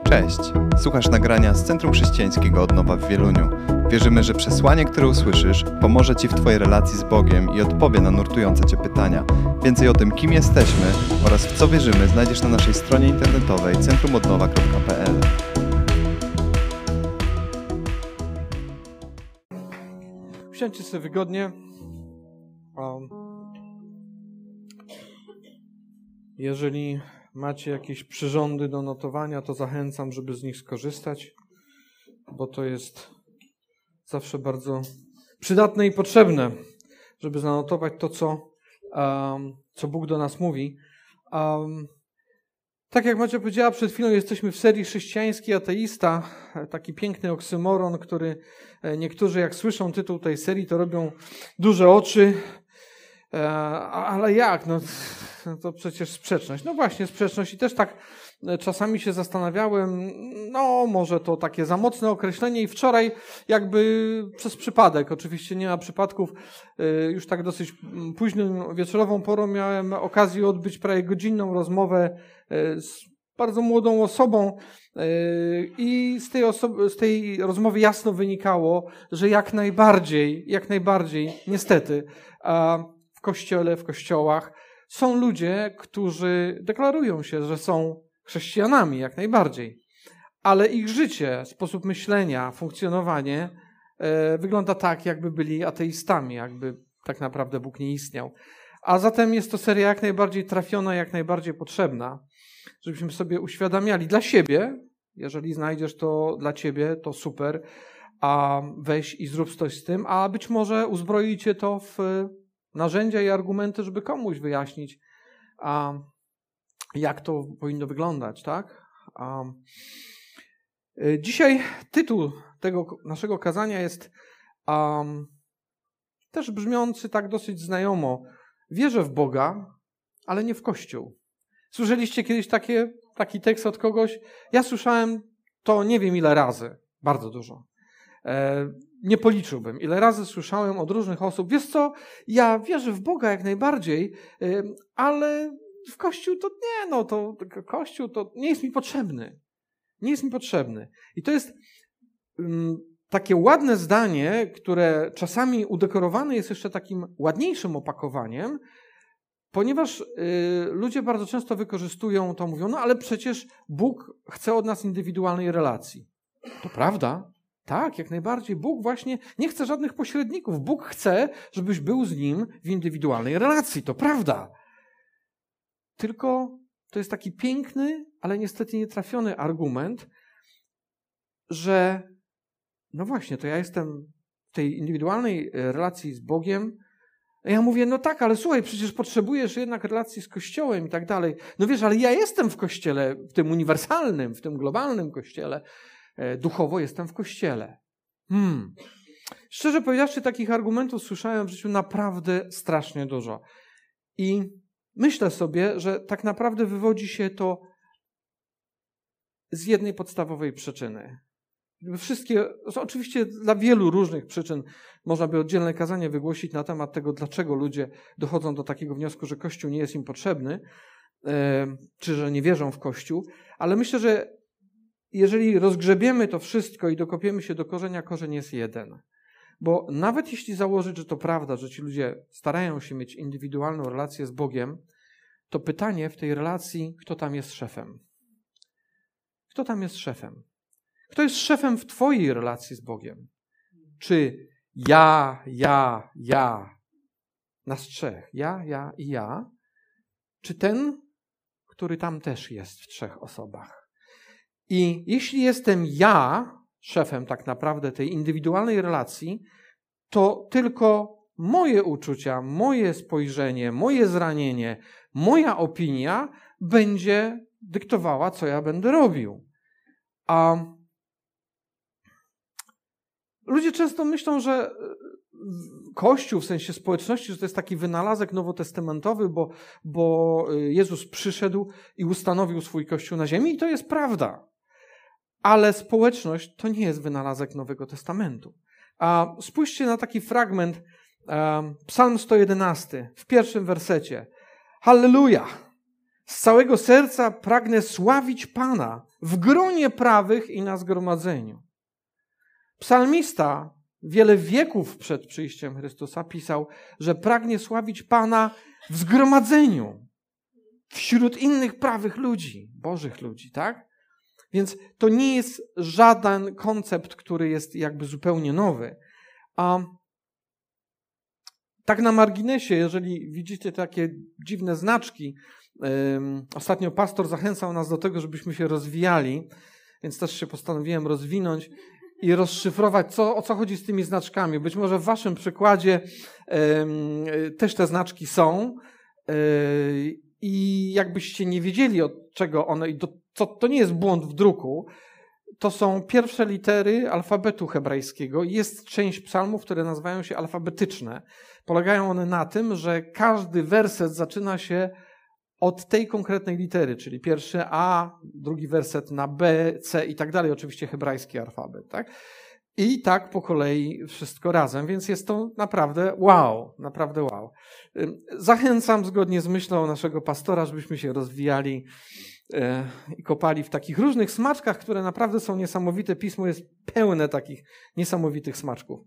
Cześć! Słuchasz nagrania z Centrum Chrześcijańskiego Odnowa w Wieluniu. Wierzymy, że przesłanie, które usłyszysz, pomoże Ci w Twojej relacji z Bogiem i odpowie na nurtujące Cię pytania. Więcej o tym, kim jesteśmy oraz w co wierzymy, znajdziesz na naszej stronie internetowej centrumodnowa.pl. Usiądźcie sobie wygodnie. Jeżeli macie jakieś przyrządy do notowania, to zachęcam, żeby z nich skorzystać, bo to jest zawsze bardzo przydatne i potrzebne, żeby zanotować to, co Bóg do nas mówi. Tak jak Macia powiedziała przed chwilą, jesteśmy w serii Chrześcijański ateista, taki piękny oksymoron, który niektórzy jak słyszą tytuł tej serii, to robią duże oczy, ale jak? No to przecież sprzeczność. No właśnie, sprzeczność i też tak czasami się zastanawiałem, no może to takie za mocne określenie i wczoraj jakby przez przypadek, oczywiście nie ma przypadków, już tak dosyć późną wieczorową porą miałem okazję odbyć prawie godzinną rozmowę z bardzo młodą osobą i z tej rozmowy jasno wynikało, że jak najbardziej, niestety, w Kościele, w kościołach są ludzie, którzy deklarują się, że są chrześcijanami, jak najbardziej, ale ich życie, sposób myślenia, funkcjonowanie wygląda tak, jakby byli ateistami, jakby tak naprawdę Bóg nie istniał. A zatem jest to seria jak najbardziej trafiona, jak najbardziej potrzebna, żebyśmy sobie uświadamiali dla siebie, jeżeli znajdziesz to dla ciebie, to super, a weź i zrób coś z tym, a być może uzbroi cię to w narzędzia i argumenty, żeby komuś wyjaśnić, jak to powinno wyglądać, tak? Dzisiaj tytuł tego naszego kazania jest też brzmiący tak dosyć znajomo. Wierzę w Boga, ale nie w Kościół. Słyszeliście kiedyś taki tekst od kogoś? Ja słyszałem to nie wiem ile razy, bardzo dużo. Nie policzyłbym, ile razy słyszałem od różnych osób, wiesz co, ja wierzę w Boga jak najbardziej, ale w Kościół to nie, no to Kościół to nie jest mi potrzebny. Nie jest mi potrzebny. I to jest takie ładne zdanie, które czasami udekorowane jest jeszcze takim ładniejszym opakowaniem, ponieważ ludzie bardzo często wykorzystują to, mówią, no ale przecież Bóg chce od nas indywidualnej relacji. To prawda? Tak, jak najbardziej. Bóg właśnie nie chce żadnych pośredników. Bóg chce, żebyś był z Nim w indywidualnej relacji. To prawda. Tylko to jest taki piękny, ale niestety nietrafiony argument, że no właśnie, to ja jestem w tej indywidualnej relacji z Bogiem. A ja mówię, no tak, ale słuchaj, przecież potrzebujesz jednak relacji z Kościołem i tak dalej. No wiesz, ale ja jestem w Kościele, w tym uniwersalnym, w tym globalnym Kościele. Duchowo jestem w Kościele. Szczerze powiedziawszy, takich argumentów słyszałem w życiu naprawdę strasznie dużo. I myślę sobie, że tak naprawdę wywodzi się to z jednej podstawowej przyczyny. Oczywiście dla wielu różnych przyczyn można by oddzielne kazanie wygłosić na temat tego, dlaczego ludzie dochodzą do takiego wniosku, że Kościół nie jest im potrzebny, czy że nie wierzą w Kościół, ale myślę, że jeżeli rozgrzebiemy to wszystko i dokopiemy się do korzenia, korzeń jest jeden. Bo nawet jeśli założyć, że to prawda, że ci ludzie starają się mieć indywidualną relację z Bogiem, to pytanie w tej relacji, kto tam jest szefem? Kto tam jest szefem? Kto jest szefem w twojej relacji z Bogiem? Czy ja, nas trzech, ja i ja? Czy ten, który tam też jest w trzech osobach? I jeśli jestem ja szefem tak naprawdę tej indywidualnej relacji, to tylko moje uczucia, moje spojrzenie, moje zranienie, moja opinia będzie dyktowała, co ja będę robił. A ludzie często myślą, że Kościół, w sensie społeczności, że to jest taki wynalazek nowotestamentowy, bo Jezus przyszedł i ustanowił swój Kościół na ziemi i to jest prawda. Ale społeczność to nie jest wynalazek Nowego Testamentu. Spójrzcie na taki fragment, Psalm 111, w pierwszym wersecie. Halleluja! Z całego serca pragnę sławić Pana w gronie prawych i na zgromadzeniu. Psalmista wiele wieków przed przyjściem Chrystusa pisał, że pragnie sławić Pana w zgromadzeniu, wśród innych prawych ludzi, bożych ludzi, tak? Więc to nie jest żaden koncept, który jest jakby zupełnie nowy. A tak na marginesie, jeżeli widzicie takie dziwne znaczki, ostatnio pastor zachęcał nas do tego, żebyśmy się rozwijali, więc też się postanowiłem rozwinąć i rozszyfrować, o co chodzi z tymi znaczkami. Być może w waszym przykładzie też te znaczki są i jakbyście nie wiedzieli, od czego one, to nie jest błąd w druku, to są pierwsze litery alfabetu hebrajskiego. Jest część psalmów, które nazywają się alfabetyczne. Polegają one na tym, że każdy werset zaczyna się od tej konkretnej litery, czyli pierwszy A, drugi werset na B, C i tak dalej, oczywiście hebrajski alfabet, tak? I tak po kolei wszystko razem, więc jest to naprawdę wow. Zachęcam zgodnie z myślą naszego pastora, żebyśmy się rozwijali i kopali w takich różnych smaczkach, które naprawdę są niesamowite. Pismo jest pełne takich niesamowitych smaczków.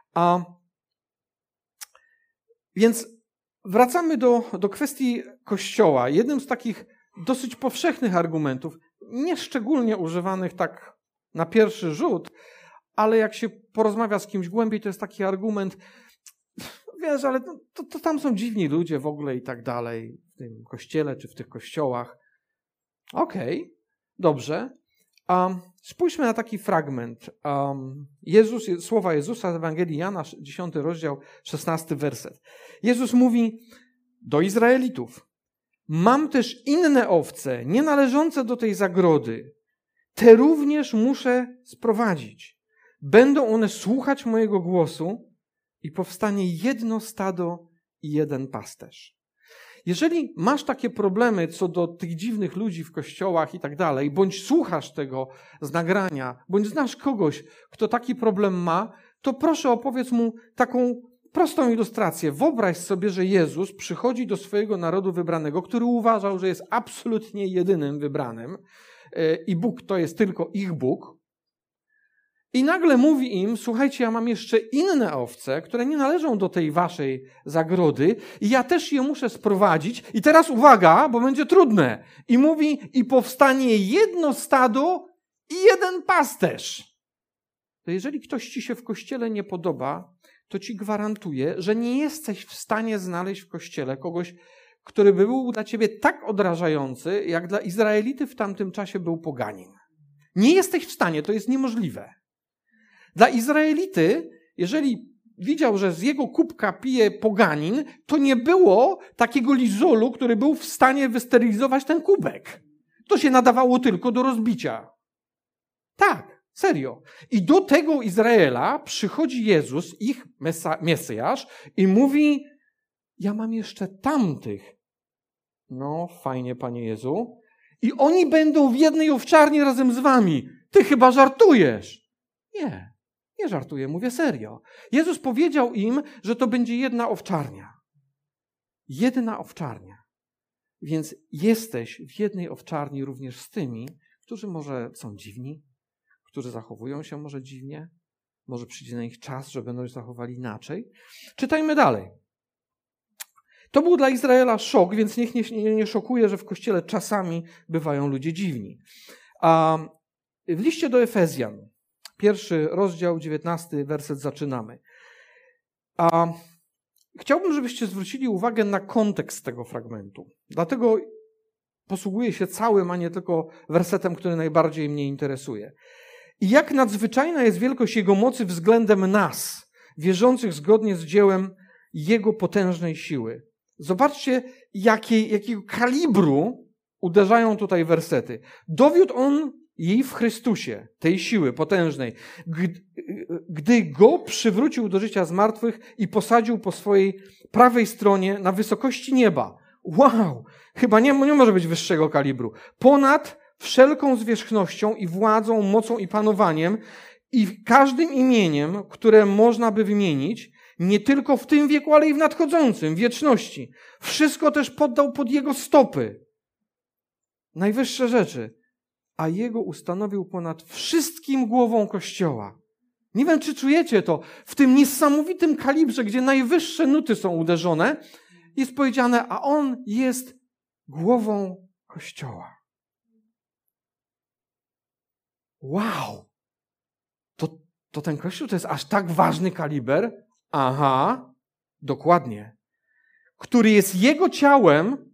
Więc wracamy do kwestii Kościoła. Jednym z takich dosyć powszechnych argumentów, nie szczególnie używanych tak na pierwszy rzut, ale jak się porozmawia z kimś głębiej, to jest taki argument, wiesz, ale to tam są dziwni ludzie w ogóle i tak dalej, w tym kościele czy w tych kościołach. Okej, dobrze. Spójrzmy na taki fragment. Słowa Jezusa z Ewangelii Jana, 10 rozdział, 16 werset. Jezus mówi do Izraelitów: mam też inne owce, nie należące do tej zagrody. Te również muszę sprowadzić. Będą one słuchać mojego głosu i powstanie jedno stado i jeden pasterz. Jeżeli masz takie problemy co do tych dziwnych ludzi w kościołach i tak dalej, bądź słuchasz tego z nagrania, bądź znasz kogoś, kto taki problem ma, to proszę opowiedz mu taką prostą ilustrację. Wyobraź sobie, że Jezus przychodzi do swojego narodu wybranego, który uważał, że jest absolutnie jedynym wybranym i Bóg to jest tylko ich Bóg. I nagle mówi im: słuchajcie, ja mam jeszcze inne owce, które nie należą do tej waszej zagrody i ja też je muszę sprowadzić. I teraz uwaga, bo będzie trudne. I mówi: i powstanie jedno stado i jeden pasterz. To jeżeli ktoś ci się w kościele nie podoba, to ci gwarantuję, że nie jesteś w stanie znaleźć w kościele kogoś, który by był dla ciebie tak odrażający, jak dla Izraelity w tamtym czasie był poganin. Nie jesteś w stanie, to jest niemożliwe. Dla Izraelity, jeżeli widział, że z jego kubka pije poganin, to nie było takiego lizolu, który był w stanie wysterylizować ten kubek. To się nadawało tylko do rozbicia. Tak, serio. I do tego Izraela przychodzi Jezus, ich Mesjasz, i mówi: ja mam jeszcze tamtych. No, fajnie, Panie Jezu. I oni będą w jednej owczarni razem z wami. Ty chyba żartujesz. Nie żartuję, mówię serio. Jezus powiedział im, że to będzie jedna owczarnia. Jedna owczarnia. Więc jesteś w jednej owczarni również z tymi, którzy może są dziwni, którzy zachowują się może dziwnie, może przyjdzie na ich czas, że będą się zachowali inaczej. Czytajmy dalej. To był dla Izraela szok, więc niech nie szokuje, że w Kościele czasami bywają ludzie dziwni. W liście do Efezjan, 1 rozdział, 19 werset zaczynamy. Chciałbym, żebyście zwrócili uwagę na kontekst tego fragmentu. Dlatego posługuję się całym, a nie tylko wersetem, który najbardziej mnie interesuje. I jak nadzwyczajna jest wielkość Jego mocy względem nas, wierzących zgodnie z dziełem Jego potężnej siły. Zobaczcie, jakiego kalibru uderzają tutaj wersety. Dowiódł On jej w Chrystusie, tej siły potężnej, gdy Go przywrócił do życia z martwych i posadził po swojej prawej stronie na wysokości nieba. Wow! Chyba nie może być wyższego kalibru. Ponad wszelką zwierzchnością i władzą, mocą i panowaniem i każdym imieniem, które można by wymienić, nie tylko w tym wieku, ale i w nadchodzącym, wieczności. Wszystko też poddał pod Jego stopy. najwyższe rzeczy, a Jego ustanowił ponad wszystkim głową Kościoła. Nie wiem, czy czujecie to. W tym niesamowitym kalibrze, gdzie najwyższe nuty są uderzone, jest powiedziane, a On jest głową Kościoła. Wow! To ten Kościół to jest aż tak ważny kaliber? Aha, dokładnie. Który jest Jego ciałem,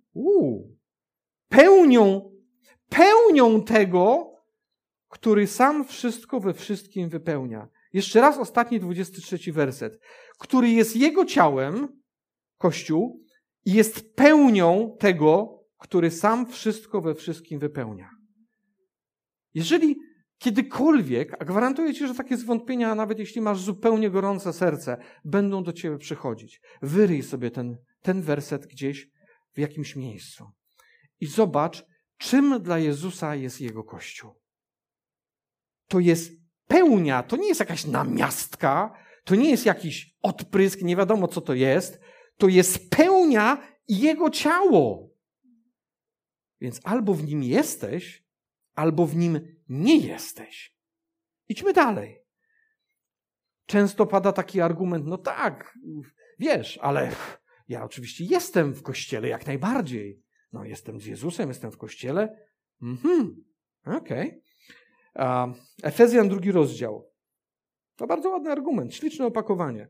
pełnią tego, który sam wszystko we wszystkim wypełnia. Jeszcze raz ostatni 23 werset. Który jest Jego ciałem, Kościół, i jest pełnią tego, który sam wszystko we wszystkim wypełnia. Jeżeli kiedykolwiek, a gwarantuję Ci, że takie zwątpienia, nawet jeśli masz zupełnie gorące serce, będą do Ciebie przychodzić. Wyryj sobie ten werset gdzieś w jakimś miejscu i zobacz, czym dla Jezusa jest Jego Kościół. To jest pełnia, to nie jest jakaś namiastka, to nie jest jakiś odprysk, nie wiadomo co to jest pełnia Jego ciało. Więc albo w Nim jesteś, albo w Nim nie jesteś. Idźmy dalej. Często pada taki argument, no tak, wiesz, ale ja oczywiście jestem w Kościele jak najbardziej. No jestem z Jezusem, jestem w Kościele. Okej. Efezjan 2 rozdział. To bardzo ładny argument, śliczne opakowanie.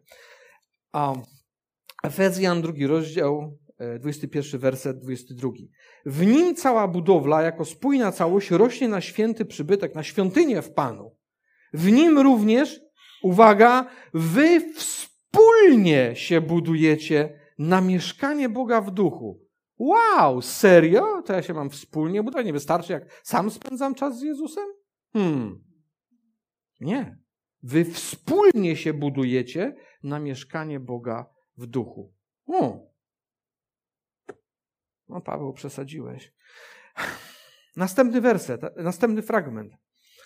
Efezjan 2 rozdział, 21 werset, 22. W nim cała budowla jako spójna całość rośnie na święty przybytek, na świątynię w Panu. W nim również, uwaga, wy wspólnie się budujecie na mieszkanie Boga w duchu. Wow, serio? To ja się mam wspólnie budować? Nie wystarczy, jak sam spędzam czas z Jezusem? Nie. Wy wspólnie się budujecie na mieszkanie Boga w duchu. No Paweł, przesadziłeś. Następny werset, następny fragment.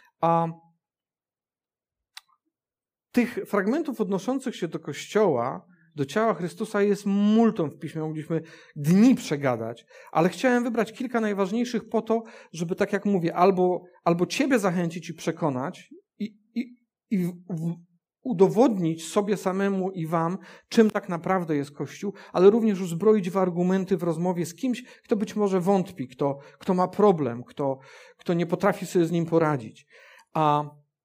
Tych fragmentów odnoszących się do Kościoła, do ciała Chrystusa jest multum w Piśmie. Mogliśmy dni przegadać, ale chciałem wybrać kilka najważniejszych po to, żeby, tak jak mówię, albo Ciebie zachęcić i przekonać i udowodnić sobie samemu i Wam, czym tak naprawdę jest Kościół, ale również uzbroić w argumenty w rozmowie z kimś, kto być może wątpi, kto ma problem, kto nie potrafi sobie z nim poradzić. A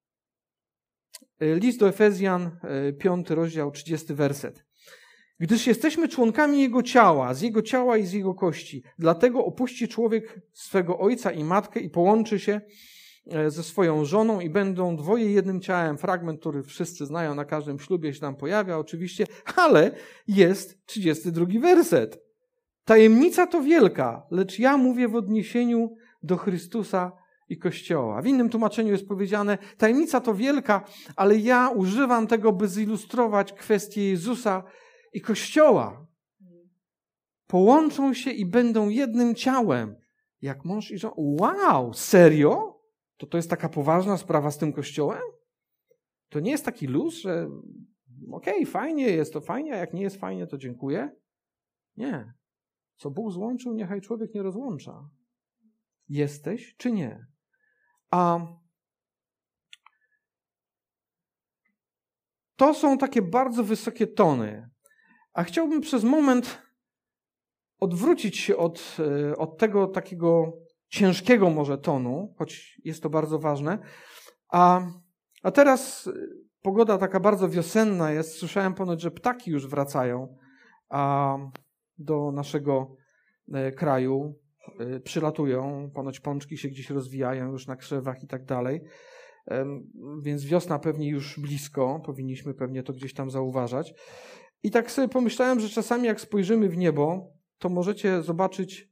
list do Efezjan, 5 rozdział, 30 werset. Gdyż jesteśmy członkami Jego ciała, z Jego ciała i z Jego kości. Dlatego opuści człowiek swego ojca i matkę i połączy się ze swoją żoną i będą dwoje jednym ciałem. Fragment, który wszyscy znają, na każdym ślubie się tam pojawia oczywiście, ale jest 32 werset. Tajemnica to wielka, lecz ja mówię w odniesieniu do Chrystusa i Kościoła. W innym tłumaczeniu jest powiedziane, tajemnica to wielka, ale ja używam tego, by zilustrować kwestię Jezusa i Kościoła. Połączą się i będą jednym ciałem, jak mąż i żona. Wow, serio? To jest taka poważna sprawa z tym Kościołem? To nie jest taki luz, że okej, fajnie, jest to fajnie, a jak nie jest fajnie, to dziękuję? Nie. Co Bóg złączył, niechaj człowiek nie rozłącza. Jesteś czy nie? A to są takie bardzo wysokie tony. A chciałbym przez moment odwrócić się od tego takiego ciężkiego może tonu, choć jest to bardzo ważne. A teraz pogoda taka bardzo wiosenna jest. Słyszałem ponoć, że ptaki już wracają do naszego kraju. Przylatują, ponoć pączki się gdzieś rozwijają już na krzewach i tak dalej. Więc wiosna pewnie już blisko. Powinniśmy pewnie to gdzieś tam zauważać. I tak sobie pomyślałem, że czasami jak spojrzymy w niebo, to możecie zobaczyć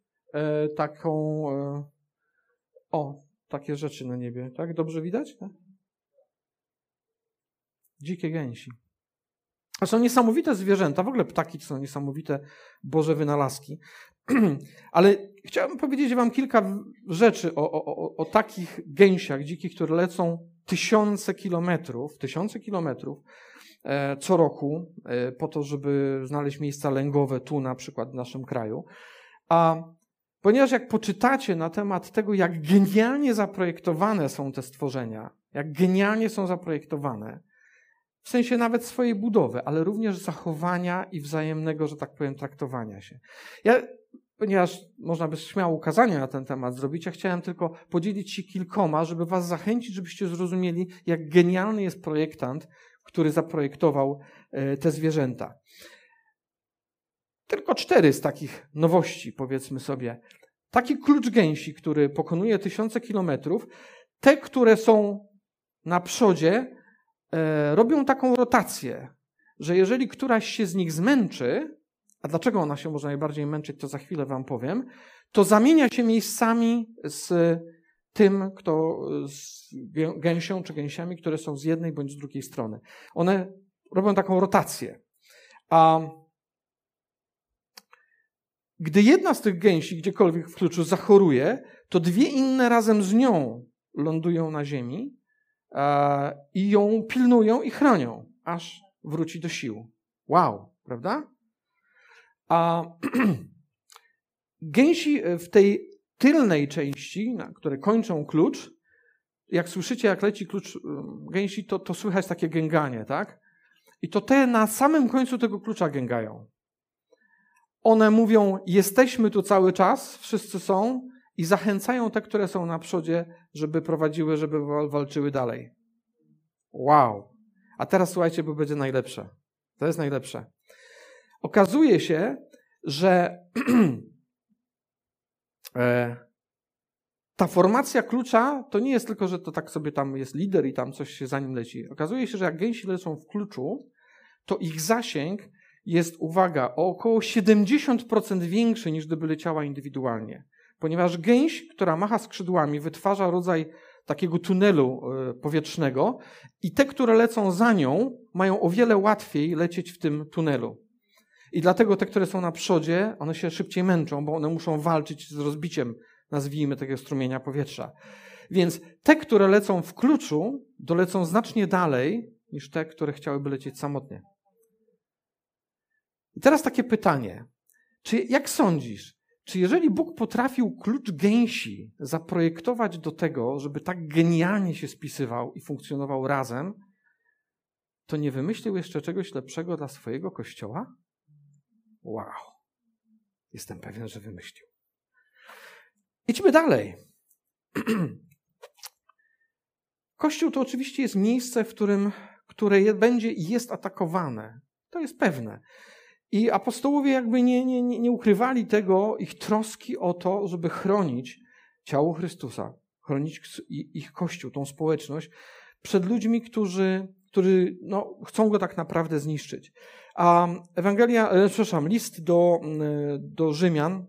takie rzeczy na niebie. Tak? Dobrze widać? Tak? Dzikie gęsi. To są niesamowite zwierzęta. W ogóle ptaki to są niesamowite Boże wynalazki. Ale chciałbym powiedzieć Wam kilka rzeczy o takich gęsiach dzikich, które lecą tysiące kilometrów co roku po to, żeby znaleźć miejsca lęgowe tu na przykład w naszym kraju. A Ponieważ jak poczytacie na temat tego, jak genialnie zaprojektowane są te stworzenia, jak genialnie są zaprojektowane, w sensie nawet swojej budowy, ale również zachowania i wzajemnego, że tak powiem, traktowania się. Ponieważ można by śmiało ukazanie na ten temat zrobić, ja chciałem tylko podzielić się kilkoma, żeby was zachęcić, żebyście zrozumieli, jak genialny jest projektant, który zaprojektował te zwierzęta. Tylko 4 z takich nowości, powiedzmy sobie. Taki klucz gęsi, który pokonuje tysiące kilometrów, te, które są na przodzie, robią taką rotację, że jeżeli któraś się z nich zmęczy, a dlaczego ona się może najbardziej męczyć, to za chwilę wam powiem, to zamienia się miejscami z tym, z gęsią czy gęsiami, które są z jednej bądź z drugiej strony. One robią taką rotację. A gdy jedna z tych gęsi gdziekolwiek w kluczu zachoruje, to 2 inne razem z nią lądują na ziemi i ją pilnują i chronią, aż wróci do sił. Wow, prawda? A gęsi w tej tylnej części, które kończą klucz, jak słyszycie, jak leci klucz gęsi, to słychać takie gęganie, tak? I to te na samym końcu tego klucza gęgają. One mówią, jesteśmy tu cały czas, wszyscy są i zachęcają te, które są na przodzie, żeby prowadziły, żeby walczyły dalej. Wow. A teraz słuchajcie, bo będzie najlepsze. To jest najlepsze. Okazuje się, że ta formacja klucza to nie jest tylko, że to tak sobie tam jest lider i tam coś się za nim leci. Okazuje się, że jak gęsi lecą w kluczu, to ich zasięg jest, uwaga, o około 70% większy niż gdyby leciała indywidualnie. Ponieważ gęś, która macha skrzydłami, wytwarza rodzaj takiego tunelu powietrznego i te, które lecą za nią, mają o wiele łatwiej lecieć w tym tunelu. I dlatego te, które są na przodzie, one się szybciej męczą, bo one muszą walczyć z rozbiciem, nazwijmy tego strumienia powietrza. Więc te, które lecą w kluczu, dolecą znacznie dalej niż te, które chciałyby lecieć samotnie. I teraz takie pytanie. Jak sądzisz, czy jeżeli Bóg potrafił klucz gęsi zaprojektować do tego, żeby tak genialnie się spisywał i funkcjonował razem, to nie wymyślił jeszcze czegoś lepszego dla swojego Kościoła? Wow. Jestem pewien, że wymyślił. Idźmy dalej. Kościół to oczywiście jest miejsce, które będzie i jest atakowane. To jest pewne. I apostołowie jakby nie ukrywali tego, ich troski o to, żeby chronić ciało Chrystusa, chronić ich Kościół, tą społeczność, przed ludźmi, którzy chcą go tak naprawdę zniszczyć. A list do Rzymian,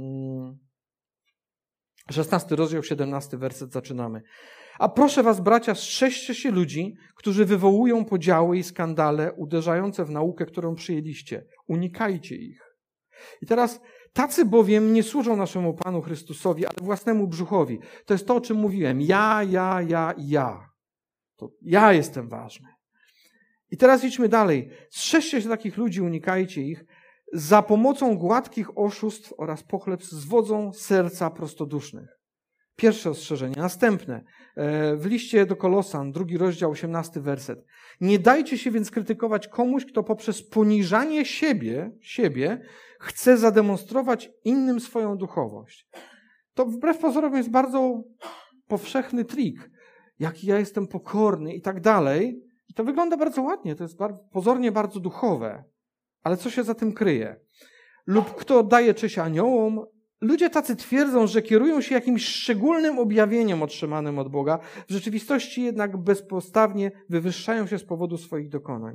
16 rozdział, 17 werset, zaczynamy. A proszę was, bracia, strzeżcie się ludzi, którzy wywołują podziały i skandale uderzające w naukę, którą przyjęliście. Unikajcie ich. I teraz tacy bowiem nie służą naszemu Panu Chrystusowi, ale własnemu brzuchowi. To jest to, o czym mówiłem. Ja. To ja jestem ważny. I teraz idźmy dalej. Strzeżcie się takich ludzi, unikajcie ich. Za pomocą gładkich oszustw oraz pochlebstw zwodzą serca prostodusznych. Pierwsze ostrzeżenie. Następne. W liście do Kolosan, 2 rozdział, 18 werset. Nie dajcie się więc krytykować komuś, kto poprzez poniżanie siebie chce zademonstrować innym swoją duchowość. To wbrew pozorom jest bardzo powszechny trik. Jaki ja jestem pokorny i tak dalej. I to wygląda bardzo ładnie. To jest pozornie bardzo duchowe. Ale co się za tym kryje? Lub kto daje cześć aniołom. Ludzie tacy twierdzą, że kierują się jakimś szczególnym objawieniem otrzymanym od Boga, w rzeczywistości jednak bezpodstawnie wywyższają się z powodu swoich dokonań.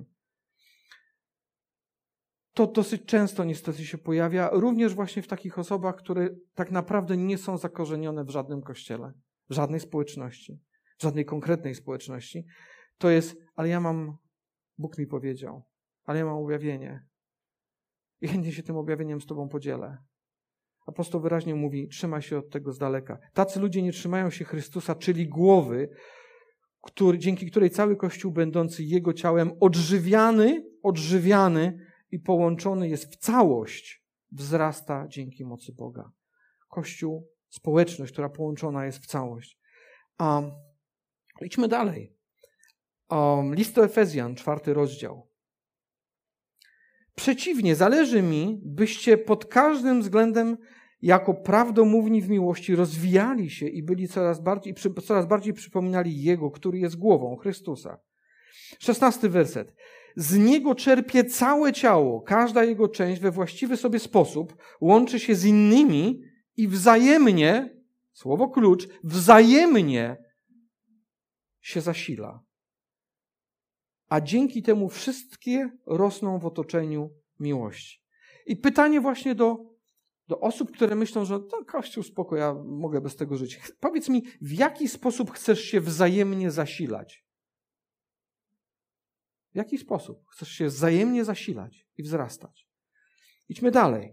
To dosyć często niestety się pojawia, również właśnie w takich osobach, które tak naprawdę nie są zakorzenione w żadnym kościele, w żadnej społeczności, w żadnej konkretnej społeczności. To jest, ale Bóg mi powiedział, ale ja mam objawienie i chętnie się tym objawieniem z tobą podzielę. Apostoł wyraźnie mówi, trzymaj się od tego z daleka. Tacy ludzie nie trzymają się Chrystusa, czyli głowy, dzięki której cały Kościół będący Jego ciałem odżywiany i połączony jest w całość, wzrasta dzięki mocy Boga. Kościół, społeczność, która połączona jest w całość. Idźmy dalej. List do Efezjan, 4 rozdział. Przeciwnie, zależy mi, byście pod każdym względem jako prawdomówni w miłości rozwijali się i byli coraz bardziej przypominali Jego, który jest głową, Chrystusa. 16 werset. Z Niego czerpie całe ciało, każda Jego część we właściwy sobie sposób łączy się z innymi i wzajemnie, słowo klucz, wzajemnie się zasila. A dzięki temu wszystkie rosną w otoczeniu miłości. I pytanie właśnie do osób, które myślą, że to Kościół, spoko, ja mogę bez tego żyć. Powiedz mi, w jaki sposób chcesz się wzajemnie zasilać? W jaki sposób chcesz się wzajemnie zasilać i wzrastać? Idźmy dalej.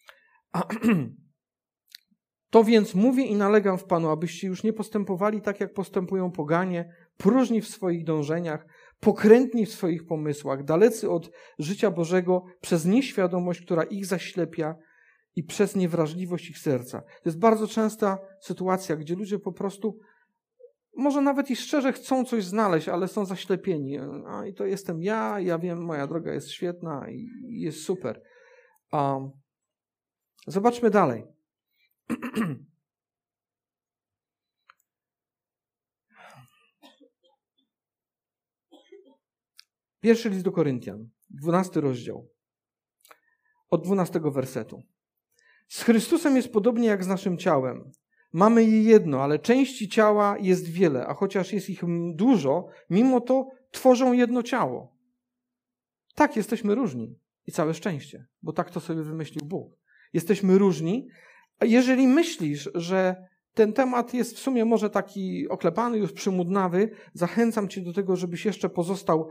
To więc mówię i nalegam w Panu, abyście już nie postępowali tak, jak postępują poganie, próżni w swoich dążeniach, pokrętni w swoich pomysłach, dalecy od życia Bożego przez nieświadomość, która ich zaślepia i przez niewrażliwość ich serca. To jest bardzo częsta sytuacja, gdzie ludzie po prostu może nawet i szczerze chcą coś znaleźć, ale są zaślepieni. I to jestem ja wiem, moja droga jest świetna i jest super. Zobaczmy dalej. Pierwszy list do Koryntian, 12 rozdział, od 12 wersetu. Z Chrystusem jest podobnie jak z naszym ciałem. Mamy je jedno, ale części ciała jest wiele, a chociaż jest ich dużo, mimo to tworzą jedno ciało. Tak, jesteśmy różni i całe szczęście, bo tak to sobie wymyślił Bóg. Jesteśmy różni, a jeżeli myślisz, że ten temat jest w sumie może taki oklepany, już przymudnawy, zachęcam cię do tego, żebyś jeszcze pozostał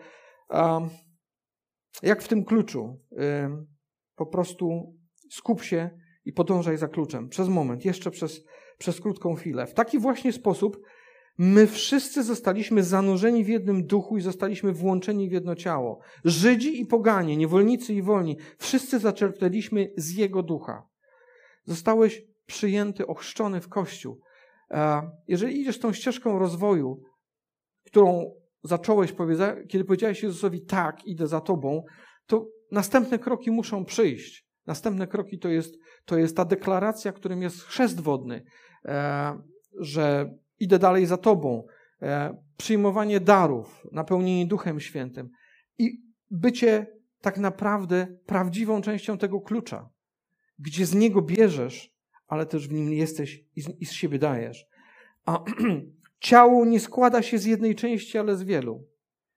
jak w tym kluczu. Po prostu skup się i podążaj za kluczem. Przez moment, jeszcze przez krótką chwilę. W taki właśnie sposób my wszyscy zostaliśmy zanurzeni w jednym duchu i zostaliśmy włączeni w jedno ciało. Żydzi i poganie, niewolnicy i wolni, wszyscy zaczerpnęliśmy z Jego ducha. Zostałeś przyjęty, ochrzczony w Kościół. Jeżeli idziesz tą ścieżką rozwoju, którą zacząłeś, kiedy powiedziałeś Jezusowi, tak, idę za Tobą, to następne kroki muszą przyjść. Następne kroki to jest ta deklaracja, którym jest chrzest wodny, że idę dalej za Tobą, przyjmowanie darów, napełnienie Duchem Świętym i bycie tak naprawdę prawdziwą częścią tego klucza, gdzie z niego bierzesz, ale też w nim jesteś i z siebie dajesz. A ciało nie składa się z jednej części, ale z wielu.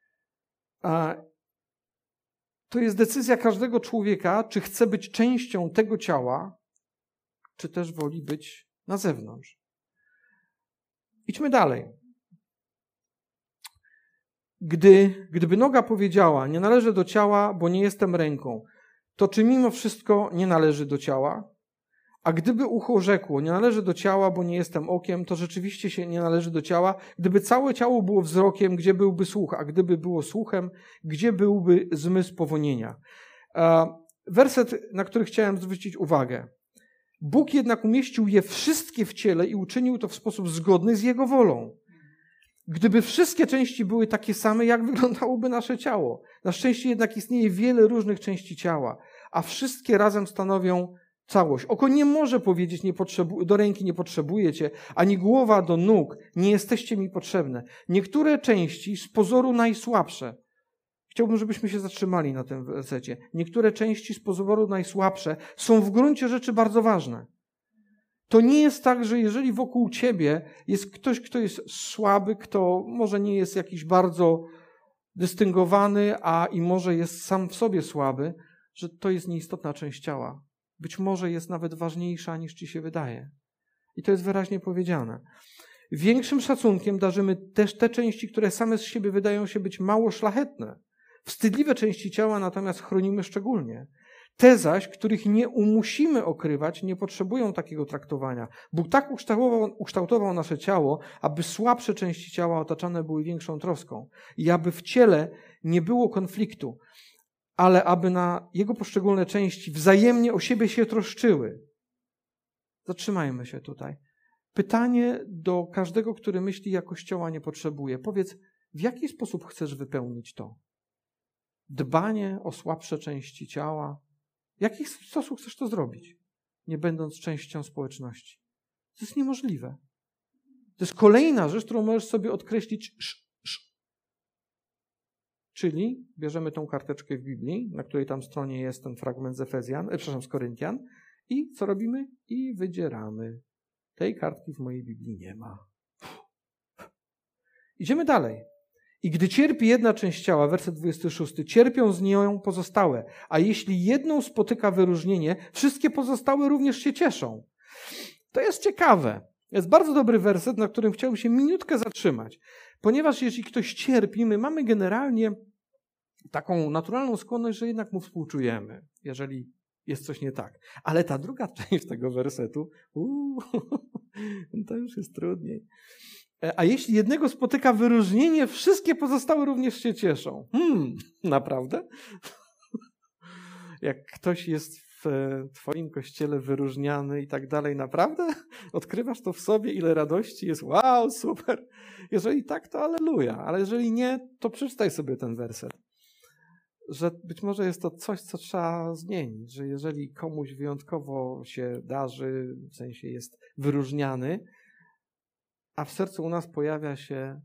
To jest decyzja każdego człowieka, czy chce być częścią tego ciała, czy też woli być na zewnątrz. Idźmy dalej. Gdyby noga powiedziała, nie należy do ciała, bo nie jestem ręką, to czy mimo wszystko nie należy do ciała? A gdyby ucho rzekło, nie należy do ciała, bo nie jestem okiem, to rzeczywiście się nie należy do ciała. Gdyby całe ciało było wzrokiem, gdzie byłby słuch? A gdyby było słuchem, gdzie byłby zmysł powonienia? Werset, na który chciałem zwrócić uwagę. Bóg jednak umieścił je wszystkie w ciele i uczynił to w sposób zgodny z Jego wolą. Gdyby wszystkie części były takie same, jak wyglądałoby nasze ciało? Na szczęście jednak istnieje wiele różnych części ciała, a wszystkie razem stanowią całość. Oko nie może powiedzieć, do ręki nie potrzebuję cię, ani głowa do nóg, nie jesteście mi potrzebne. Niektóre części z pozoru najsłabsze. Chciałbym, żebyśmy się zatrzymali na tym wersecie. Niektóre części z pozoru najsłabsze są w gruncie rzeczy bardzo ważne. To nie jest tak, że jeżeli wokół ciebie jest ktoś, kto jest słaby, kto może nie jest jakiś bardzo dystyngowany, i może jest sam w sobie słaby, że to jest nieistotna część ciała. Być może jest nawet ważniejsza, niż ci się wydaje. I to jest wyraźnie powiedziane. Większym szacunkiem darzymy też te części, które same z siebie wydają się być mało szlachetne. Wstydliwe części ciała natomiast chronimy szczególnie. Te zaś, których nie umusimy okrywać, nie potrzebują takiego traktowania. Bóg tak ukształtował nasze ciało, aby słabsze części ciała otaczane były większą troską i aby w ciele nie było konfliktu, ale aby na jego poszczególne części wzajemnie o siebie się troszczyły. Zatrzymajmy się tutaj. Pytanie do każdego, który myśli, ja Kościoła nie potrzebuje. Powiedz, w jaki sposób chcesz wypełnić to? Dbanie o słabsze części ciała. W jaki sposób chcesz to zrobić, nie będąc częścią społeczności? To jest niemożliwe. To jest kolejna rzecz, którą możesz sobie odkreślić. Czyli bierzemy tą karteczkę w Biblii, na której tam stronie jest ten fragment z Koryntian i co robimy? I wydzieramy. Tej kartki w mojej Biblii nie ma. Idziemy dalej. I gdy cierpi jedna część ciała, werset 26, cierpią z nią pozostałe, a jeśli jedną spotyka wyróżnienie, wszystkie pozostałe również się cieszą. To jest ciekawe. Jest bardzo dobry werset, na którym chciałbym się minutkę zatrzymać. Ponieważ jeśli ktoś cierpi, my mamy generalnie taką naturalną skłonność, że jednak mu współczujemy, jeżeli jest coś nie tak. Ale ta druga część tego wersetu, to już jest trudniej. A jeśli jednego spotyka wyróżnienie, wszystkie pozostałe również się cieszą. Naprawdę? Jak ktoś jest w twoim kościele wyróżniany i tak dalej, naprawdę? Odkrywasz to w sobie, ile radości jest? Wow, super! Jeżeli tak, to alleluja. Ale jeżeli nie, to przeczytaj sobie ten werset. Że być może jest to coś, co trzeba zmienić. Że jeżeli komuś wyjątkowo się darzy, w sensie jest wyróżniany, a w sercu u nas pojawia się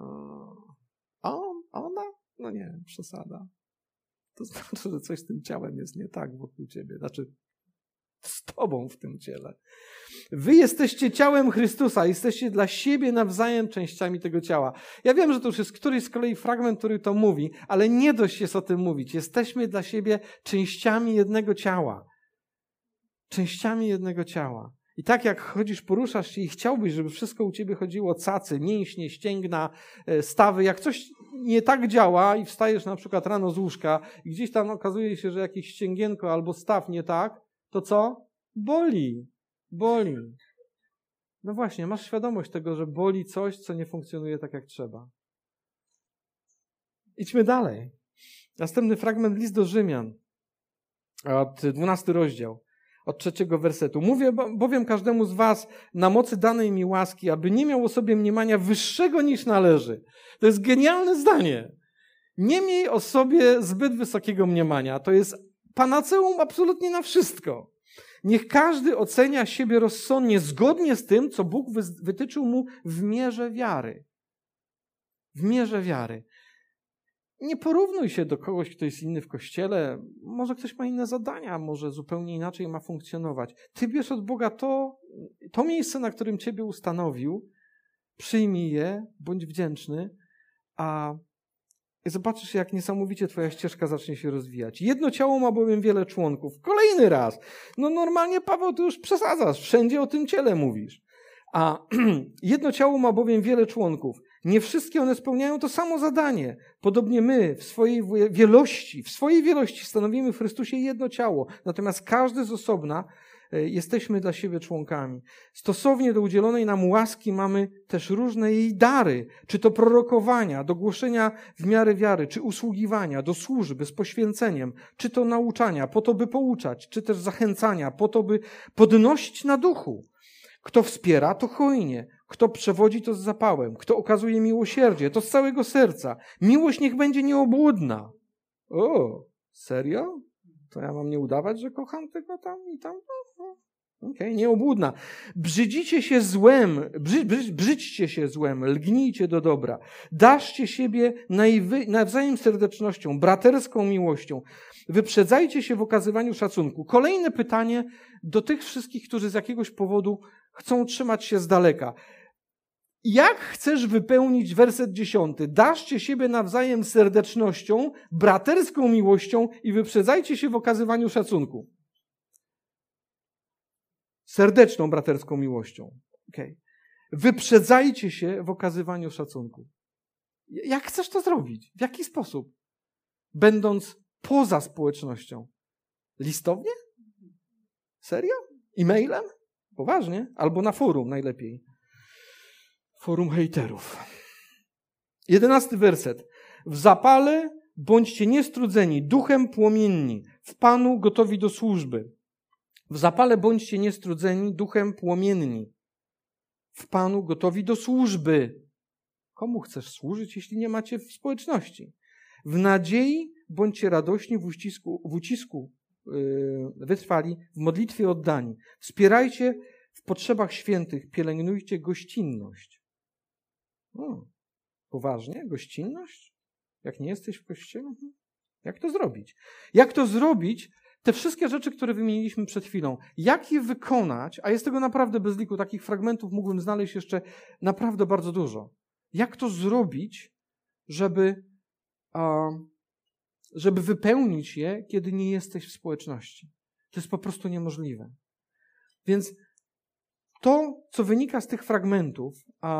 ona? No nie, przesada. To znaczy, że coś z tym ciałem jest nie tak wokół ciebie. Znaczy, z tobą w tym ciele. Wy jesteście ciałem Chrystusa, jesteście dla siebie nawzajem częściami tego ciała. Ja wiem, że to już jest któryś z kolei fragment, który to mówi, ale nie dość jest o tym mówić. Jesteśmy dla siebie częściami jednego ciała. Częściami jednego ciała. I tak jak chodzisz, poruszasz się i chciałbyś, żeby wszystko u ciebie chodziło cacy, mięśnie, ścięgna, stawy. Jak coś nie tak działa i wstajesz na przykład rano z łóżka i gdzieś tam okazuje się, że jakieś ścięgienko albo staw nie tak, to co? Boli. Boli. No właśnie, masz świadomość tego, że boli coś, co nie funkcjonuje tak jak trzeba. Idźmy dalej. Następny fragment, list do Rzymian, 12 rozdział. Od 3 wersetu. Mówię bowiem każdemu z was na mocy danej mi łaski, aby nie miał o sobie mniemania wyższego niż należy. To jest genialne zdanie. Nie miej o sobie zbyt wysokiego mniemania. To jest panaceum absolutnie na wszystko. Niech każdy ocenia siebie rozsądnie, zgodnie z tym, co Bóg wytyczył mu w mierze wiary. W mierze wiary. Nie porównuj się do kogoś, kto jest inny w kościele. Może ktoś ma inne zadania, może zupełnie inaczej ma funkcjonować. Ty bierz od Boga to miejsce, na którym ciebie ustanowił, przyjmij je, bądź wdzięczny, a zobaczysz, jak niesamowicie twoja ścieżka zacznie się rozwijać. Jedno ciało ma bowiem wiele członków. Kolejny raz. No normalnie, Paweł, ty już przesadzasz. Wszędzie o tym ciele mówisz. A jedno ciało ma bowiem wiele członków. Nie wszystkie one spełniają to samo zadanie. Podobnie my w swojej wielości stanowimy w Chrystusie jedno ciało. Natomiast każdy z osobna jesteśmy dla siebie członkami. Stosownie do udzielonej nam łaski mamy też różne jej dary. Czy to prorokowania, do głoszenia w miarę wiary, czy usługiwania, do służby z poświęceniem, czy to nauczania, po to by pouczać, czy też zachęcania, po to by podnosić na duchu. Kto wspiera, to hojnie. Kto przewodzi, to z zapałem. Kto okazuje miłosierdzie, to z całego serca. Miłość niech będzie nieobłudna. O, serio? To ja mam nie udawać, że kocham tego tam i tam? Okej, nieobłudna. Brzydźcie się złem, lgnijcie do dobra. Daszcie siebie nawzajem serdecznością, braterską miłością. Wyprzedzajcie się w okazywaniu szacunku. Kolejne pytanie do tych wszystkich, którzy z jakiegoś powodu chcą trzymać się z daleka. Jak chcesz wypełnić werset 10? Daszcie siebie nawzajem serdecznością, braterską miłością i wyprzedzajcie się w okazywaniu szacunku. Serdeczną, braterską miłością. Okay. Wyprzedzajcie się w okazywaniu szacunku. Jak chcesz to zrobić? W jaki sposób? Będąc poza społecznością. Listownie? Serio? E-mailem? Poważnie? Albo na forum najlepiej. Forum hejterów. 11 werset. W zapale bądźcie niestrudzeni, duchem płomienni, w Panu gotowi do służby. W zapale bądźcie niestrudzeni, duchem płomienni. W Panu gotowi do służby. Komu chcesz służyć, jeśli nie macie w społeczności? W nadziei bądźcie radośni, w ucisku wytrwali, w modlitwie oddani. Wspierajcie w potrzebach świętych, pielęgnujcie gościnność. Poważnie? Gościnność? Jak nie jesteś w kościele? Jak to zrobić? Jak to zrobić? Te wszystkie rzeczy, które wymieniliśmy przed chwilą, jak je wykonać, a jest tego naprawdę bez liku, takich fragmentów mógłbym znaleźć jeszcze naprawdę bardzo dużo. Jak to zrobić, żeby wypełnić je, kiedy nie jesteś w społeczności? To jest po prostu niemożliwe. Więc to, co wynika z tych fragmentów,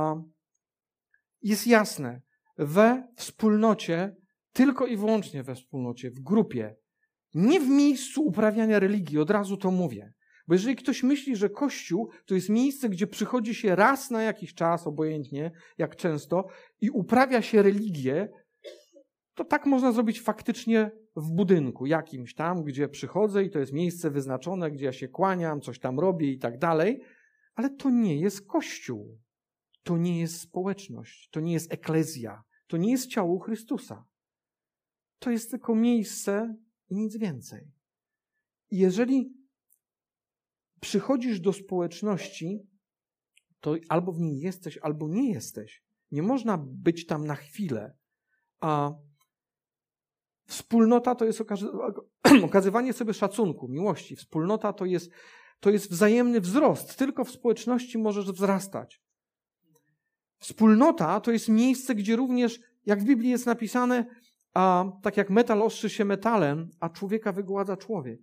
jest jasne. We wspólnocie, tylko i wyłącznie we wspólnocie, w grupie, nie w miejscu uprawiania religii, od razu to mówię. Bo jeżeli ktoś myśli, że Kościół to jest miejsce, gdzie przychodzi się raz na jakiś czas, obojętnie, jak często, i uprawia się religię, to tak można zrobić faktycznie w budynku jakimś tam, gdzie przychodzę i to jest miejsce wyznaczone, gdzie ja się kłaniam, coś tam robię i tak dalej, ale to nie jest Kościół. To nie jest społeczność, to nie jest eklezja, to nie jest ciało Chrystusa. To jest tylko miejsce i nic więcej. I jeżeli przychodzisz do społeczności, to albo w niej jesteś, albo nie jesteś. Nie można być tam na chwilę. A wspólnota to jest okazywanie sobie szacunku, miłości. Wspólnota to jest wzajemny wzrost. Tylko w społeczności możesz wzrastać. Wspólnota to jest miejsce, gdzie również, jak w Biblii jest napisane, tak jak metal ostrzy się metalem, a człowieka wygładza człowiek.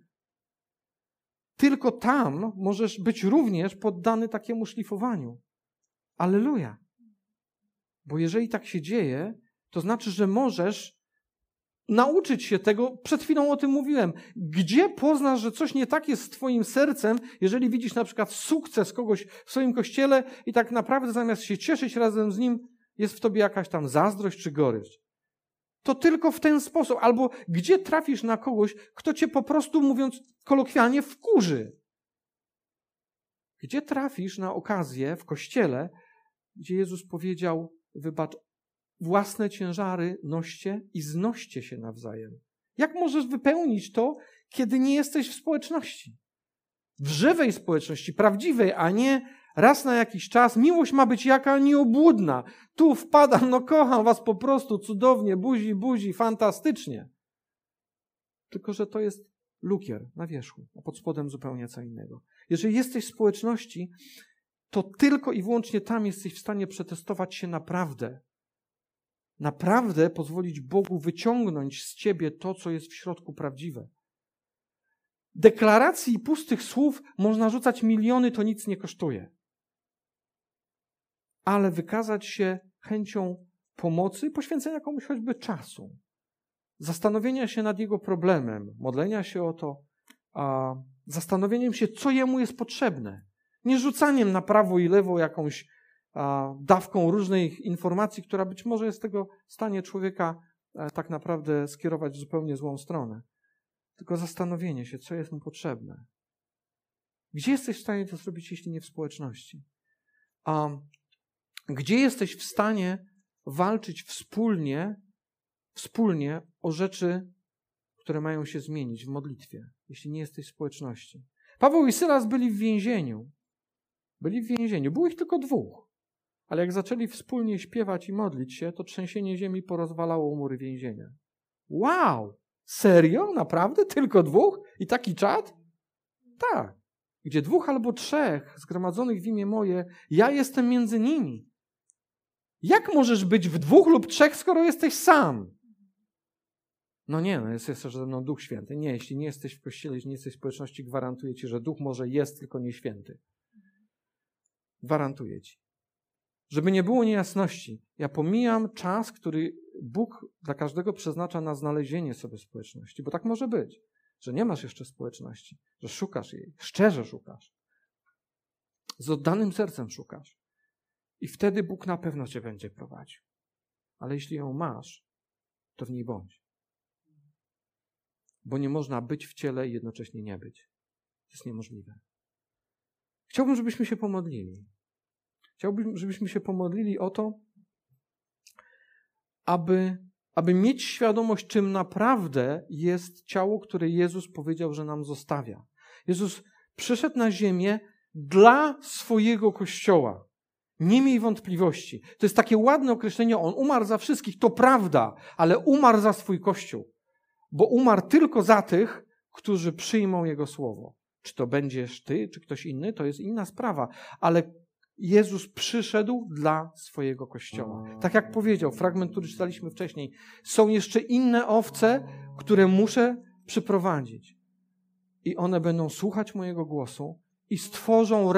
Tylko tam możesz być również poddany takiemu szlifowaniu. Alleluja. Bo jeżeli tak się dzieje, to znaczy, że możesz nauczyć się tego. Przed chwilą o tym mówiłem. Gdzie poznasz, że coś nie tak jest z twoim sercem, jeżeli widzisz na przykład sukces kogoś w swoim kościele i tak naprawdę zamiast się cieszyć razem z nim, jest w tobie jakaś tam zazdrość czy gorycz. To tylko w ten sposób. Albo gdzie trafisz na kogoś, kto cię po prostu, mówiąc kolokwialnie, wkurzy. Gdzie trafisz na okazję w kościele, gdzie Jezus powiedział, wybacz, własne ciężary noście i znoście się nawzajem. Jak możesz wypełnić to, kiedy nie jesteś w społeczności? W żywej społeczności, prawdziwej, a nie raz na jakiś czas. Miłość ma być jaka? Nieobłudna. Tu wpadam, kocham was po prostu cudownie, buzi, fantastycznie. Tylko że to jest lukier na wierzchu, a pod spodem zupełnie co innego. Jeżeli jesteś w społeczności, to tylko i wyłącznie tam jesteś w stanie przetestować się naprawdę. Naprawdę pozwolić Bogu wyciągnąć z ciebie to, co jest w środku prawdziwe. Deklaracji i pustych słów można rzucać miliony, to nic nie kosztuje. Ale wykazać się chęcią pomocy, poświęcenia komuś choćby czasu, zastanowienia się nad jego problemem, modlenia się o to, zastanowieniem się, co jemu jest potrzebne. Nie rzucaniem na prawo i lewo jakąś dawką różnych informacji, która być może jest tego w stanie człowieka tak naprawdę skierować w zupełnie złą stronę. Tylko zastanowienie się, co jest mu potrzebne. Gdzie jesteś w stanie to zrobić, jeśli nie w społeczności? Gdzie jesteś w stanie walczyć wspólnie o rzeczy, które mają się zmienić w modlitwie, jeśli nie jesteś w społeczności? Paweł i Sylas byli w więzieniu. Było ich tylko 2. Ale jak zaczęli wspólnie śpiewać i modlić się, to trzęsienie ziemi porozwalało mury więzienia. Wow! Serio? Naprawdę? Tylko 2? I taki czad? Tak. Gdzie 2 albo 3 zgromadzonych w imię moje, ja jestem między nimi. Jak możesz być w 2 lub 3, skoro jesteś sam? Jest jeszcze ze mną Duch Święty. Nie, jeśli nie jesteś w kościele, jeśli nie jesteś w społeczności, gwarantuję ci, że Duch może jest, tylko nie święty. Gwarantuję ci. Żeby nie było niejasności, ja pomijam czas, który Bóg dla każdego przeznacza na znalezienie sobie społeczności, bo tak może być, że nie masz jeszcze społeczności, że szukasz jej, szczerze szukasz, z oddanym sercem szukasz i wtedy Bóg na pewno cię będzie prowadził. Ale jeśli ją masz, to w niej bądź. Bo nie można być w ciele i jednocześnie nie być. To jest niemożliwe. Chciałbym, żebyśmy się pomodlili. Chciałbym, żebyśmy się pomodlili o to, aby mieć świadomość, czym naprawdę jest ciało, które Jezus powiedział, że nam zostawia. Jezus przyszedł na ziemię dla swojego Kościoła. Nie miej wątpliwości. To jest takie ładne określenie, on umarł za wszystkich, to prawda, ale umarł za swój Kościół. Bo umarł tylko za tych, którzy przyjmą Jego słowo. Czy to będziesz ty, czy ktoś inny, to jest inna sprawa. Ale Jezus przyszedł dla swojego Kościoła. Tak jak powiedział, fragment, który czytaliśmy wcześniej, są jeszcze inne owce, które muszę przyprowadzić. I one będą słuchać mojego głosu i stworzą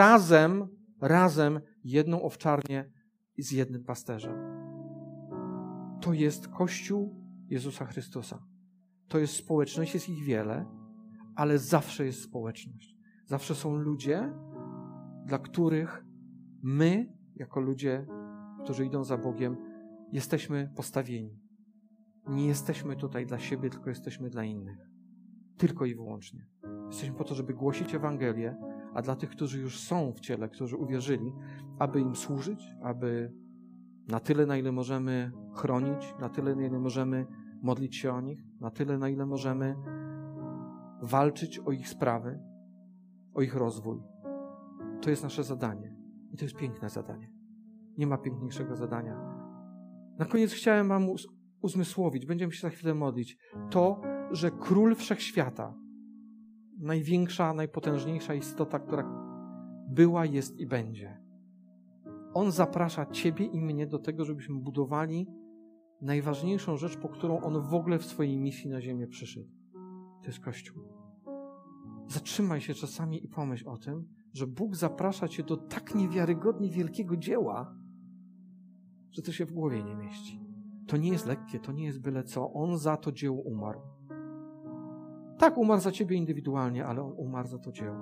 razem jedną owczarnię z jednym pasterzem. To jest Kościół Jezusa Chrystusa. To jest społeczność, jest ich wiele, ale zawsze jest społeczność. Zawsze są ludzie, dla których my, jako ludzie, którzy idą za Bogiem, jesteśmy postawieni. Nie jesteśmy tutaj dla siebie, tylko jesteśmy dla innych. Tylko i wyłącznie. Jesteśmy po to, żeby głosić Ewangelię, a dla tych, którzy już są w ciele, którzy uwierzyli, aby im służyć, aby na tyle, na ile możemy chronić, na tyle, na ile możemy modlić się o nich, na tyle, na ile możemy walczyć o ich sprawy, o ich rozwój. To jest nasze zadanie. I to jest piękne zadanie. Nie ma piękniejszego zadania. Na koniec chciałem wam uzmysłowić, będziemy się za chwilę modlić, to, że Król Wszechświata, największa, najpotężniejsza istota, która była, jest i będzie. On zaprasza ciebie i mnie do tego, żebyśmy budowali najważniejszą rzecz, po którą on w ogóle w swojej misji na ziemię przyszedł. To jest Kościół. Zatrzymaj się czasami i pomyśl o tym, że Bóg zaprasza cię do tak niewiarygodnie wielkiego dzieła, że to się w głowie nie mieści. To nie jest lekkie, to nie jest byle co. On za to dzieło umarł. Tak, umarł za ciebie indywidualnie, ale on umarł za to dzieło.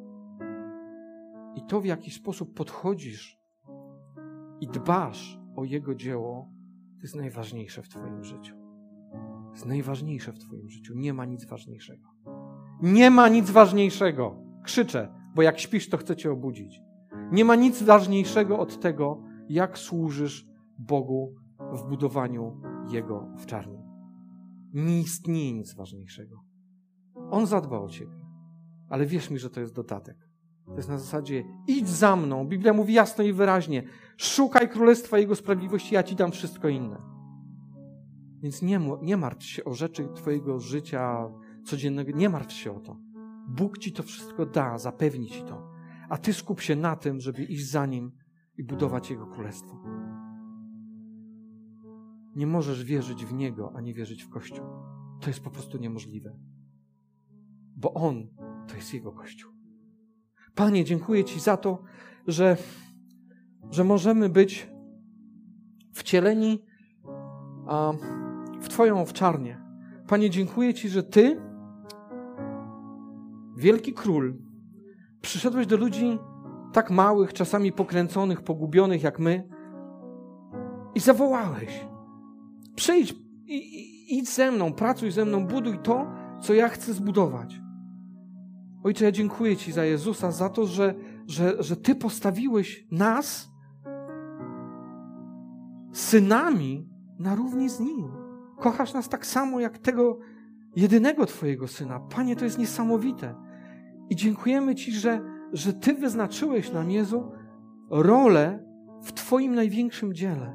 I to, w jaki sposób podchodzisz i dbasz o Jego dzieło, to jest najważniejsze w twoim życiu. To jest najważniejsze w twoim życiu. Nie ma nic ważniejszego. Nie ma nic ważniejszego. Krzyczę, bo jak śpisz, to chcę cię obudzić. Nie ma nic ważniejszego od tego, jak służysz Bogu w budowaniu Jego owczarni. Nie istnieje nic ważniejszego. On zadba o ciebie, ale wierz mi, że to jest dodatek. To jest na zasadzie idź za mną. Biblia mówi jasno i wyraźnie. Szukaj Królestwa Jego sprawiedliwości, ja ci dam wszystko inne. Więc nie martw się o rzeczy twojego życia codziennego. Nie martw się o to. Bóg ci to wszystko da, zapewni ci to. A ty skup się na tym, żeby iść za Nim i budować Jego Królestwo. Nie możesz wierzyć w Niego, a nie wierzyć w Kościół. To jest po prostu niemożliwe. Bo On to jest Jego Kościół. Panie, dziękuję Ci za to, że możemy być wcieleni w Twoją owczarnię. Panie, dziękuję Ci, że Ty, wielki Król, przyszedłeś do ludzi tak małych, czasami pokręconych, pogubionych jak my i zawołałeś. Przyjdź i idź ze mną, pracuj ze mną, buduj to, co ja chcę zbudować. Ojcze, ja dziękuję Ci za Jezusa, za to, że Ty postawiłeś nas synami na równi z Nim. Kochasz nas tak samo, jak tego jedynego Twojego Syna. Panie, to jest niesamowite. I dziękujemy Ci, że Ty wyznaczyłeś nam, Jezu, rolę w Twoim największym dziele.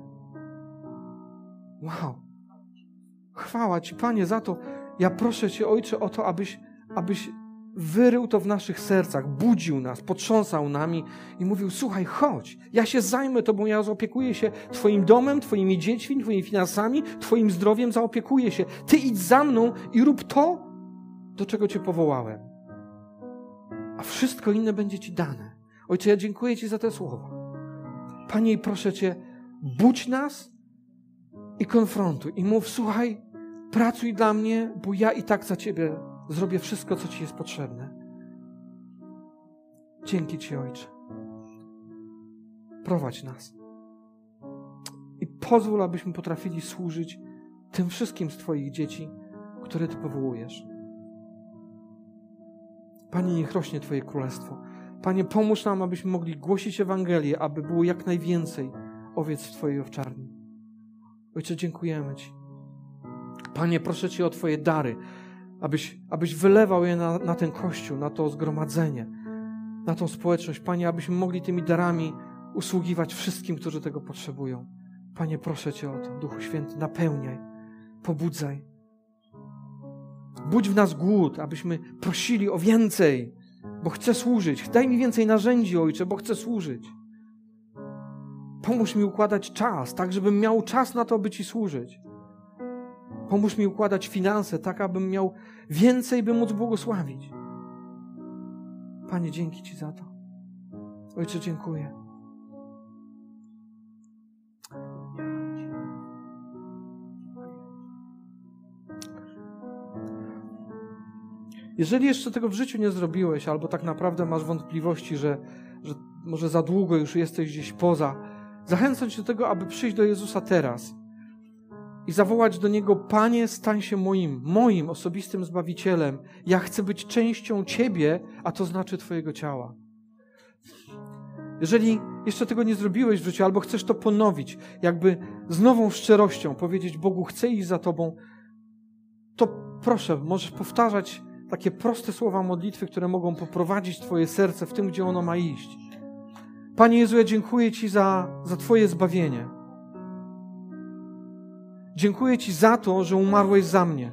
Wow. Chwała Ci, Panie, za to. Ja proszę Cię, Ojcze, o to, abyś wyrył to w naszych sercach, budził nas, potrząsał nami i mówił, słuchaj, chodź, ja się zajmę Tobą, ja zaopiekuję się Twoim domem, Twoimi dziećmi, Twoimi finansami, Twoim zdrowiem, zaopiekuję się. Ty idź za mną i rób to, do czego Cię powołałem. A wszystko inne będzie Ci dane. Ojcze, ja dziękuję Ci za te słowa. Panie, i proszę Cię, budź nas i konfrontuj. I mów, słuchaj, pracuj dla mnie, bo ja i tak za Ciebie zrobię wszystko, co Ci jest potrzebne. Dzięki Ci, Ojcze. Prowadź nas. I pozwól, abyśmy potrafili służyć tym wszystkim z Twoich dzieci, które Ty powołujesz. Panie, niech rośnie Twoje królestwo. Panie, pomóż nam, abyśmy mogli głosić Ewangelię, aby było jak najwięcej owiec w Twojej owczarni. Ojcze, dziękujemy Ci. Panie, proszę Cię o Twoje dary, abyś wylewał je na ten Kościół, na to zgromadzenie, na tą społeczność. Panie, abyśmy mogli tymi darami usługiwać wszystkim, którzy tego potrzebują. Panie, proszę Cię o to. Duchu Święty, napełniaj, pobudzaj. Budź w nas głód, abyśmy prosili o więcej, bo chcę służyć. Daj mi więcej narzędzi, Ojcze, bo chcę służyć. Pomóż mi układać czas, tak żebym miał czas na to, by Ci służyć. Pomóż mi układać finanse, tak abym miał więcej, by móc błogosławić. Panie, dzięki Ci za to. Ojcze, dziękuję. Jeżeli jeszcze tego w życiu nie zrobiłeś, albo tak naprawdę masz wątpliwości, że może za długo już jesteś gdzieś poza, zachęcam Cię do tego, aby przyjść do Jezusa teraz i zawołać do Niego: Panie, stań się moim osobistym Zbawicielem. Ja chcę być częścią Ciebie, a to znaczy Twojego ciała. Jeżeli jeszcze tego nie zrobiłeś w życiu, albo chcesz to ponowić, jakby z nową szczerością powiedzieć Bogu: chcę iść za Tobą, to proszę, możesz powtarzać takie proste słowa modlitwy, które mogą poprowadzić Twoje serce w tym, gdzie ono ma iść. Panie Jezu, ja dziękuję Ci za Twoje zbawienie. Dziękuję Ci za to, że umarłeś za mnie.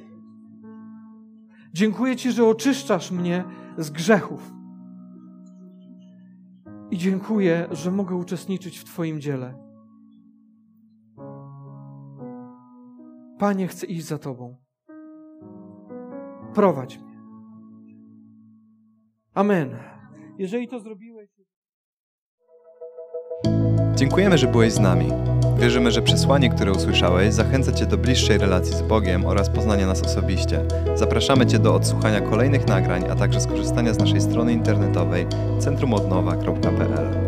Dziękuję Ci, że oczyszczasz mnie z grzechów. I dziękuję, że mogę uczestniczyć w Twoim dziele. Panie, chcę iść za Tobą. Prowadź mnie. Amen. Jeżeli to zrobiłeś... Dziękujemy, że byłeś z nami. Wierzymy, że przesłanie, które usłyszałeś, zachęca Cię do bliższej relacji z Bogiem oraz poznania nas osobiście. Zapraszamy Cię do odsłuchania kolejnych nagrań, a także skorzystania z naszej strony internetowej centrumodnowa.pl.